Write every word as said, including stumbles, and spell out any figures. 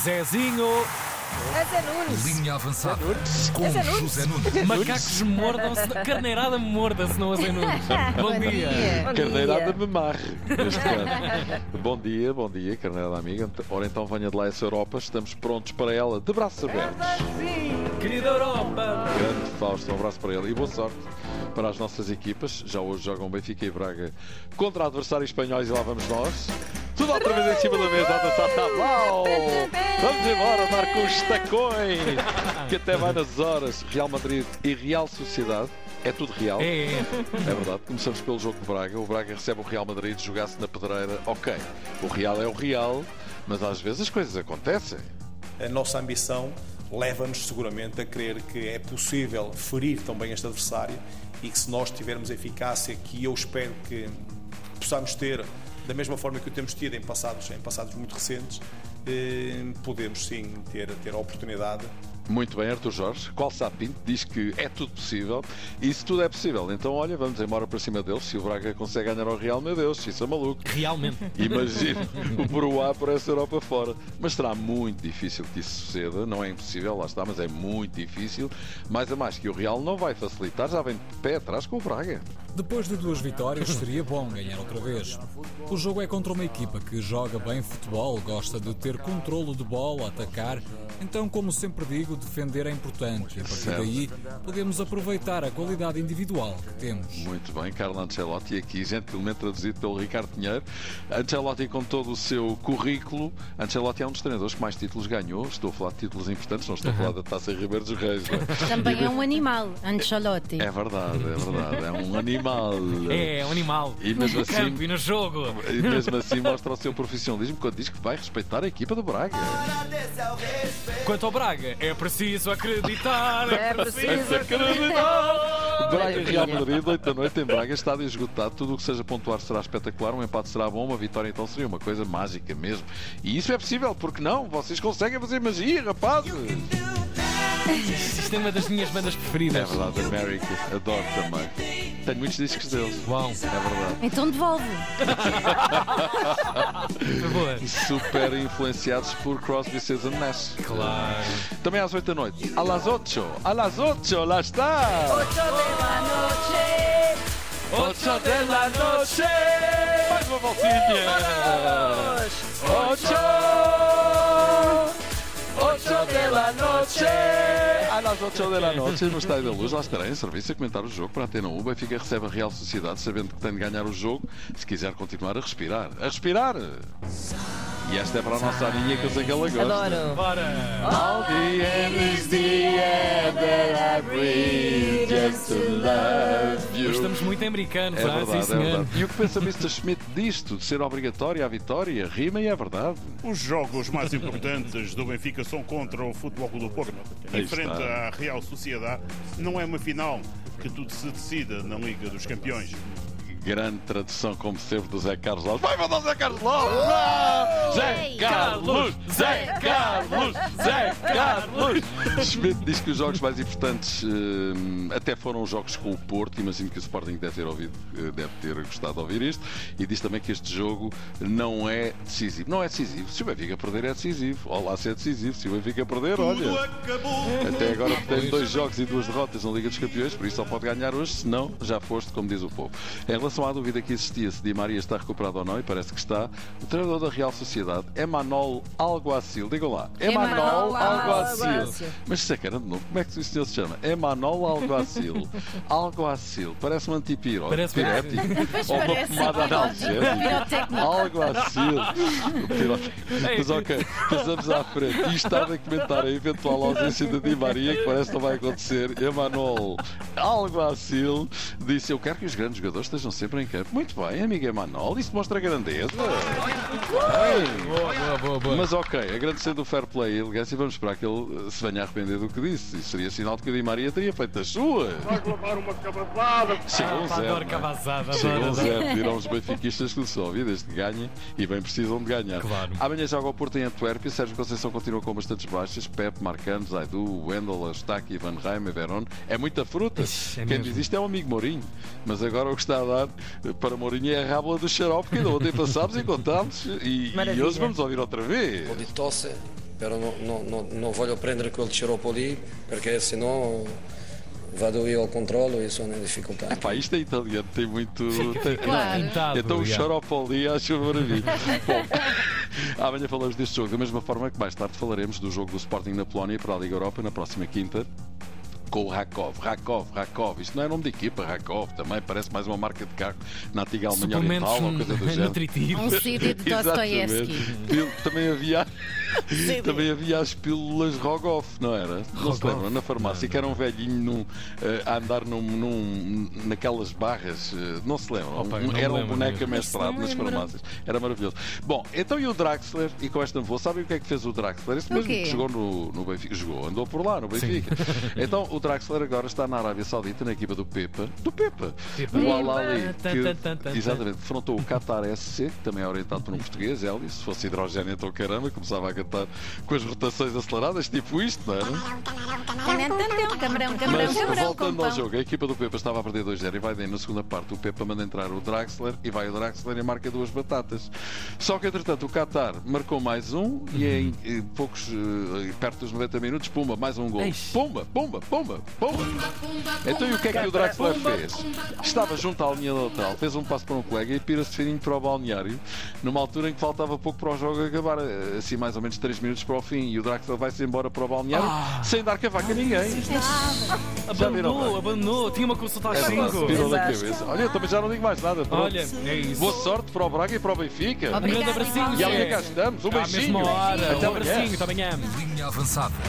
Zezinho. É Zé Nunes. Linha avançada com É Zé Nunes. José Nunes. Macacos mordam-se, carneirada morda-se, não a Zé Nunes. Bom dia. Bom Carneirada dia. me marre neste caso. Bom dia, bom dia, carneirada amiga. Ora então venha de lá essa Europa, estamos prontos para ela, de braços abertos. Querida Europa. Grande Fausto, um abraço para ele e boa sorte para as nossas equipas. Já hoje jogam Benfica e Braga contra adversários espanhóis e lá vamos nós. Tudo outra vez em cima da mesa, a dançar tablao. Vamos embora, dar com os tacões, que até vai nas horas. Real Madrid e Real Sociedade. É tudo real. É, é. É verdade. Começamos pelo jogo de Braga. O Braga recebe o Real Madrid, jogasse na pedreira. Ok, o Real é o Real, mas às vezes as coisas acontecem. A nossa ambição leva-nos seguramente a crer que é possível ferir também este adversário e que se nós tivermos a eficácia que eu espero que possamos ter, da mesma forma que o temos tido em passados, em passados muito recentes, eh, podemos sim ter, ter a oportunidade. Muito bem, Arthur Jorge. Qual sabe Pinto diz que é tudo possível e se tudo é possível, então olha, vamos embora para cima deles. Se o Braga consegue ganhar ao Real, meu Deus, isso é maluco. Realmente. Imagino o Broá por essa Europa fora. Mas será muito difícil que isso suceda. Não é impossível, lá está, mas é muito difícil. Mais a mais que o Real não vai facilitar, já vem de pé atrás com o Braga. Depois de duas vitórias, seria bom ganhar outra vez. O jogo é contra uma equipa que joga bem futebol, gosta de ter controlo de bola, atacar. Então, como sempre digo, defender é importante. E a partir Certo. daí, podemos aproveitar a qualidade individual que temos. Muito bem, Carlo Ancelotti aqui, gentilmente traduzido pelo Ricardo Pinheiro. Ancelotti com todo o seu currículo. Ancelotti é um dos treinadores que mais títulos ganhou. Estou a falar de títulos importantes, não estou a falar da Taça Ribeiro dos Reis. não é? Também é um animal, Ancelotti. É verdade, é verdade. É um animal. É, é um animal. E mesmo No assim- campo e no jogo. E mesmo assim mostra o seu profissionalismo quando diz que vai respeitar a equipa do Braga. Quanto ao Braga, é preciso acreditar. É preciso acreditar. Braga Real Madrid, oito da noite em Braga, estádio esgotado. Tudo o que seja pontuar será espetacular. Um empate será bom, uma vitória então seria uma coisa mágica mesmo. E isso é possível, porque não? Vocês conseguem fazer magia, rapazes. Isto é uma das minhas bandas É preferidas. verdade, America, adoro também. Tenho muitos discos deles. Uau. É verdade. Então devolve. Por favor. Super influenciados por Crosby, Stills and Nash. Claro. Também às oito da noite. A las ocho. A las ocho, lá está. Ocho de la noche. Mais uma voltinha. Ocho. Ocho de la noche. A las ocho de la noche, no Estádio da Luz, lá estarei em serviço a comentar o jogo para a Antena um. O Benfica recebe a Real Sociedade, sabendo que tem de ganhar o jogo, se quiser continuar a respirar. A respirar! E esta é para a nossa Aninha, que eu sei que ela gosta. Adoro. Bora. All the end is the end that I breathe just to love you. Estamos muito americanos, É ah, verdade, sim, é senhor. verdade. E o que pensa mister Schmidt disto, de ser obrigatória a vitória? Rima e é verdade. Os jogos mais importantes do Benfica são contra o Futebol Clube do Porto. Aí Em frente está. à Real Sociedade, não é uma final que tudo se decida na Liga dos Campeões. Grande tradução, como sempre, do Zé Carlos Lopes. Vai mandar o Zé Carlos Lopes! Ah! Zé Carlos! Zé Carlos! Zé Carlos! Schmidt diz que os jogos mais importantes eh, até foram os jogos com o Porto. Imagino que o Sporting deve ter ouvido, eh, deve ter gostado de ouvir isto. E diz também que este jogo não é decisivo. Não é decisivo. Se o Benfica perder, é decisivo. Olá, se é decisivo. Se o Benfica perder, olha. Até agora tem dois jogos e duas derrotas na Liga dos Campeões, por isso só pode ganhar hoje, senão já foste, como diz o povo. Em relação à dúvida que existia se Di Maria está recuperado ou não, e parece que está, o treinador da Real Sociedade, Emmanuel Alguacil, digam lá, Emmanuel Emmanuel Alguacil. Alguacil. Mas isso é que era de novo, como é que o senhor se chama? Emmanuel Alguacil. Alguacil, parece um antipiro, Parece pirético, ou uma parece. pomada analgésica. Pirotécnico. Alguacil. O pirotécnico. Mas ok, passamos à frente. E estava a comentar a eventual ausência de Di Maria, que parece que não vai acontecer. Emmanuel Alguacil disse: eu quero que os grandes jogadores estejam sempre em campo. Muito bem, amigo Emmanuel, isso mostra a grandeza. Bem. Boa, boa, boa, boa. Mas ok, agradecendo o fair play e a elegância, vamos esperar que ele eh, se venha a arrepender do que disse. Isso seria sinal de que a Di Maria teria feito as suas. Chegou um Ah, zero. adoro não é? cabaçada, Chegou adoro, um adoro. zero. Dirão os benfiquistas que só ouvi desde que ganhem e bem precisam de ganhar. Claro. Amanhã joga o Porto em Antuérpia. Sérgio Conceição continua com bastantes baixas. Pepe, Marcano, Zaidu, Wendel, Eustáquio, Van Rijm, Verón. É muita fruta. Ixi, é Quem mesmo. diz isto é um amigo Mourinho. Mas agora o que está a dar para Mourinho é a rábula do xarope que ainda ontem passámos e contámos. E, e Maravilha. hoje vamos ouvir outra vez. po' di tosse pero não, não, não, não voglio prendere quel xarope lì perché sennò vado io ao controlo e sono em dificuldade. Pá, isto é italiano, tem muito. Tem... Claro. Pintado, Então o já. Xaropoli acho maravilha. Bom, amanhã falamos deste jogo, da mesma forma que mais tarde falaremos do jogo do Sporting na Polónia para a Liga Europa na próxima quinta. Com o Rakov, Rakov, Rakov. Isto não é nome de equipa, Rakov. Também parece mais uma marca de carro na antiga Alemanha Suplementos Oriental ou coisa do género. nutritivos. Um C D de Dostoiévski. Exatamente. Também havia, também havia as pílulas Rogoff, não era? Não se Rogoff? lembram? Na farmácia, que era um velhinho num, eh, a andar num, num- naquelas barras, eh, não se lembram? Opa, Um- não era me um lembro boneco mesmo. amestrado Não nas lembro. farmácias. Era maravilhoso. Bom, então e o Draxler? E com esta vou, sabem o que é que fez o Draxler? Este O mesmo quê? que jogou no, no Benfica. Jogou, andou por lá no Benfica. Então o Draxler agora está na Arábia Saudita, na equipa do Pepa. Do Pepa. Pepa. O Al-Ahly, Tan, que- tan, tan, tan, tan. Exatamente, defrontou o Qatar S C, que também é orientado por um português, Hélio. Se fosse hidrogênio, então caramba, começava a cantar com as rotações aceleradas, tipo isto, não era? Camarão, camarão, camarão, Mas camarão, com voltando ao pão. jogo, a equipa do Pepa estava a perder dois a zero e vai daí na segunda parte. O Pepa manda entrar o Draxler e vai o Draxler e marca duas batatas. Só que entretanto o Qatar marcou mais um e em, em poucos, eh, perto dos noventa minutos, pumba, mais um gol. Eixe. Pumba, pumba, pumba, pumba. Então e o que é que o Draxler fez? Estava junto à linha lateral, fez um passo para um colega e pira-se fininho para o balneário, numa altura em que faltava pouco para o jogo acabar, eh, assim mais ou menos três minutos para o fim, e o Draxler vai-se embora para o balneário sem dar cavaco a ninguém. Já viram, Abandonou, não? abandonou. Tinha uma consulta às É verdade, cinco. pirou da Exato. cabeça. Olha, eu também já não digo mais nada. Pronto. Olha, é isso. Boa sorte para o Braga e para o Benfica. Um grande Obrigada, abracinho. igualmente. E amanhã cá estamos. Um À mesma beijinho. hora. Até Um amanhã. abracinho. Até amanhã. Linha avançada.